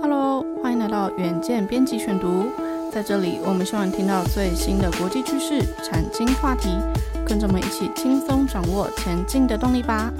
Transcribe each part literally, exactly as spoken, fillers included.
Hello， 欢迎来到远见编辑选读。在这里，我们希望听到最新的国际趋势、产经话题，跟着我们一起轻松掌握前进的动力吧。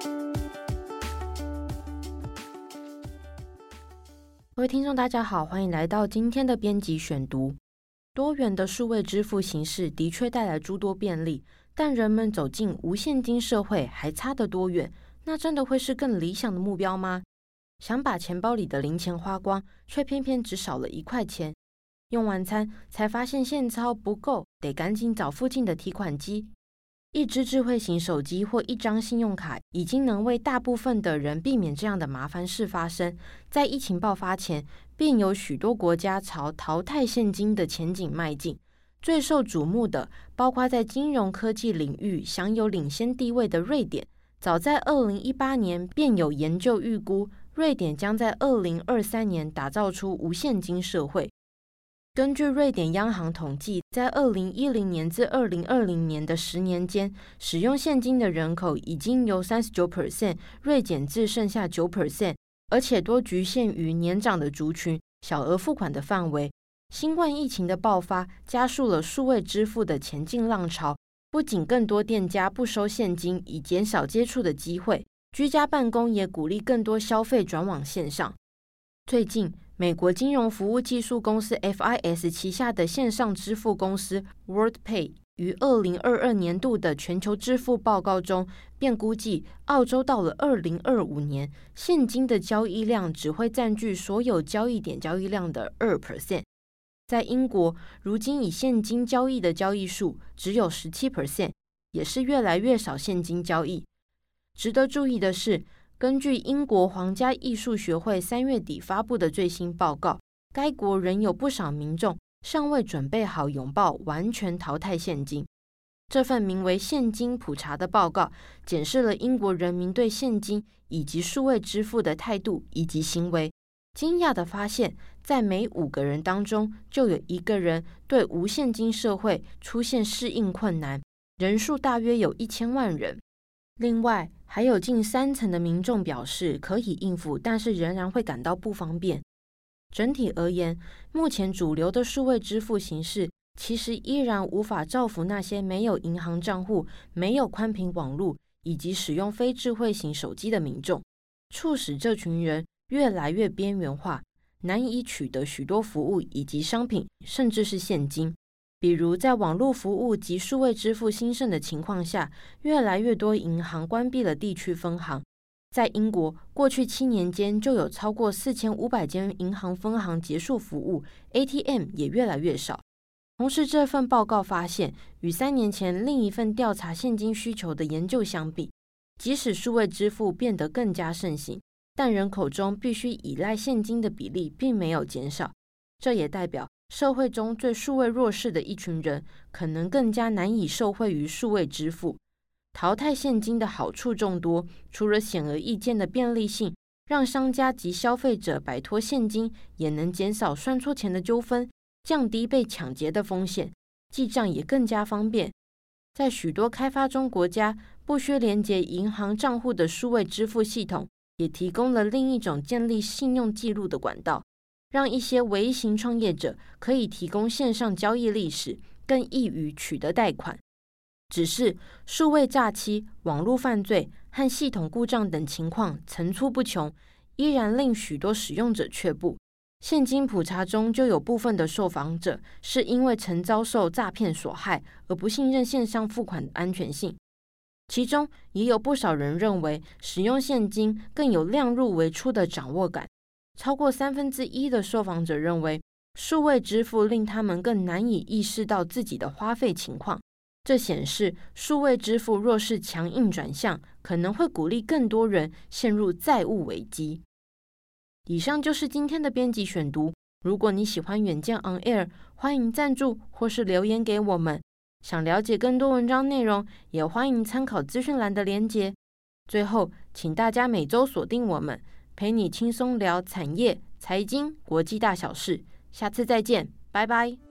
各位听众大家好，欢迎来到今天的编辑选读。多元的数位支付形式的确带来诸多便利，但人们走进无现金社会还差得多远？那真的会是更理想的目标吗？想把钱包里的零钱花光，却偏偏只少了一块钱。用完餐才发现现钞不够，得赶紧找附近的提款机。一支智慧型手机或一张信用卡已经能为大部分的人避免这样的麻烦事发生。在疫情爆发前，便有许多国家朝淘汰现金的前景迈进。最受瞩目的，包括在金融科技领域享有领先地位的瑞典。早在二零一八年便有研究预估，瑞典将在二零二三年打造出无现金社会。根据瑞典央行统计，在二零一零年至二零二零年的十年间，使用现金的人口已经由 百分之三十九 锐减至剩下 百分之九， 而且多局限于年长的族群、小额付款的范围。新冠疫情的爆发加速了数位支付的前进浪潮，不仅更多店家不收现金以减少接触的机会，居家办公也鼓励更多消费转往线上。最近，美国金融服务技术公司 F I S 旗下的线上支付公司 WorldPay 于二零二二年度的全球支付报告中，便估计澳洲到了二零二五年，现金的交易量只会占据所有交易点交易量的 百分之二。在英国，如今以现金交易的交易数只有 百分之十七， 也是越来越少现金交易。值得注意的是，根据英国皇家艺术学会三月底发布的最新报告，该国仍有不少民众尚未准备好拥抱完全淘汰现金。这份名为《现金普查》的报告检视了英国人民对现金以及数位支付的态度以及行为。惊讶地发现，在每五个人当中就有一个人对无现金社会出现适应困难，人数大约有一千万人。另外，还有近三成的民众表示可以应付，但是仍然会感到不方便。整体而言，目前主流的数位支付形式其实依然无法造福那些没有银行账户、没有宽频网络以及使用非智慧型手机的民众，促使这群人越来越边缘化，难以取得许多服务以及商品，甚至是现金。比如在网络服务及数位支付兴盛的情况下，越来越多银行关闭了地区分行。在英国，过去七年间就有超过四千五百间银行分行结束服务， A T M 也越来越少。同时，这份报告发现，与三年前另一份调查现金需求的研究相比，即使数位支付变得更加盛行，但人口中必须依赖现金的比例并没有减少。这也代表社会中最数位弱势的一群人可能更加难以受惠于数位支付。淘汰现金的好处众多，除了显而易见的便利性，让商家及消费者摆脱现金，也能减少算错钱的纠纷，降低被抢劫的风险，记账也更加方便。在许多开发中国家，不需连结银行账户的数位支付系统，也提供了另一种建立信用记录的管道，让一些微型创业者可以提供线上交易历史，更易于取得贷款。只是数位诈欺、网络犯罪和系统故障等情况层出不穷，依然令许多使用者却步。现金普查中就有部分的受访者是因为曾遭受诈骗所害，而不信任线上付款的安全性。其中也有不少人认为，使用现金更有量入为出的掌握感。超过三分之一的受访者认为，数位支付令他们更难以意识到自己的花费情况。这显示，数位支付若是强硬转向，可能会鼓励更多人陷入债务危机。以上就是今天的编辑选读。如果你喜欢远见 On Air， 欢迎赞助或是留言给我们。想了解更多文章内容，也欢迎参考资讯栏的连结。最后，请大家每周锁定我们，陪你轻松聊产业、财经、国际大小事。下次再见，拜拜。